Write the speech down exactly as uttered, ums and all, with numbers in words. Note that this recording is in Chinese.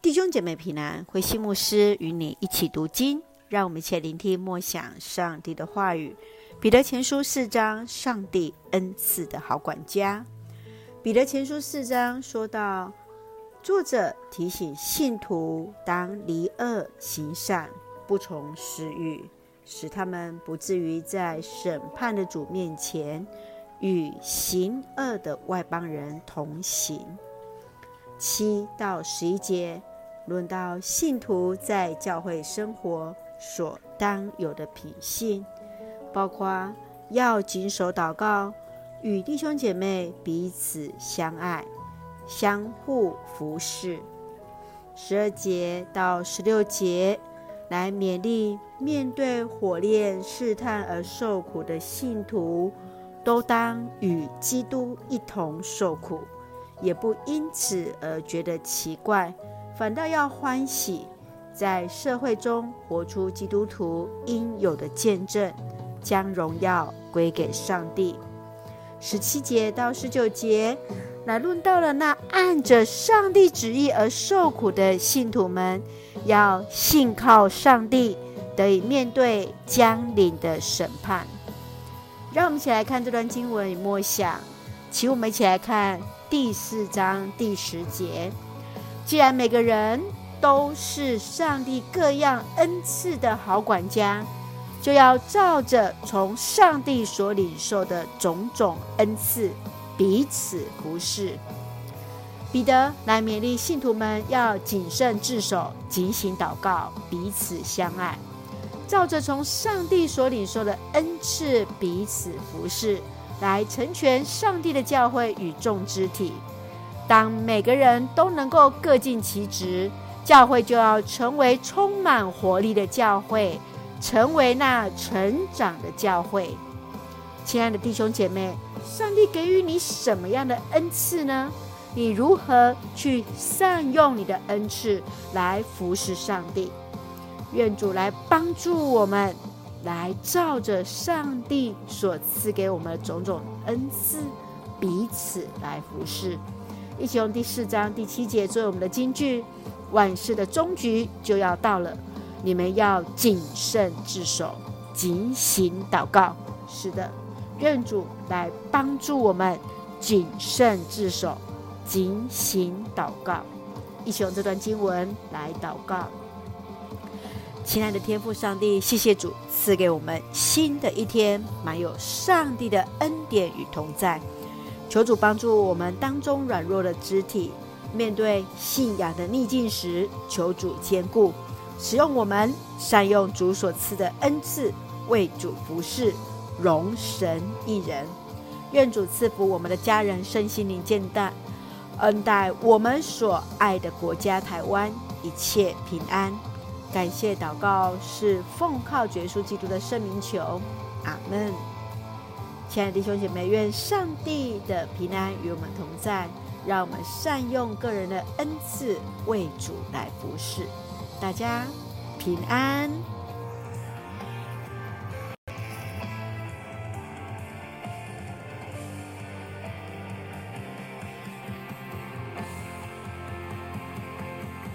弟兄姐妹平安，慧馨牧师与你一起读经，让我们一起聆听默想上帝的话语。彼得前书四章，上帝恩赐的好管家。彼得前书四章说到，作者提醒信徒当离恶行善，不从私欲，使他们不至于在审判的主面前与行恶的外邦人同行。七到十一节论到信徒在教会生活所当有的品性，包括要谨守祷告，与弟兄姐妹彼此相爱，相互服侍。十二节到十六节来勉励面对火炼试探而受苦的信徒，都当与基督一同受苦，也不因此而觉得奇怪，反倒要欢喜，在社会中活出基督徒应有的见证，将荣耀归给上帝。十七节到十九节来论到了那按着上帝旨意而受苦的信徒们，要信靠上帝，得以面对将临的审判。让我们一起来看这段经文与默想。请我们一起来看第四章第十节。既然每个人都是上帝各样恩赐的好管家，就要照着从上帝所领受的种种恩赐彼此服侍。彼得来勉励信徒们要谨慎自守，警醒祷告，彼此相爱，照着从上帝所领受的恩赐彼此服侍，来成全上帝的教会与众肢体。当每个人都能够各尽其职，教会就要成为充满活力的教会，成为那成长的教会。亲爱的弟兄姐妹，上帝给予你什么样的恩赐呢？你如何去善用你的恩赐来服侍上帝？愿主来帮助我们，来照着上帝所赐给我们的种种恩赐彼此来服侍。一起用第四章第七节作为我们的金句：万事的终局就要到了，你们要谨慎自守，警醒祷告。是的，愿主来帮助我们谨慎自守，警醒祷告。一起用这段经文来祷告。亲爱的天父上帝，谢谢主赐给我们新的一天，满有上帝的恩典与同在。求主帮助我们当中软弱的肢体，面对信仰的逆境时，求主坚固，使用我们善用主所赐的恩赐，为主服侍，荣神益人。愿主赐福我们的家人身心灵健大，恩待我们所爱的国家台湾一切平安。感谢祷告是奉靠主耶稣基督的圣名求，阿们。亲爱的弟兄姐妹，愿上帝的平安与我们同在，让我们善用个人的恩赐，为主来服侍。大家平安。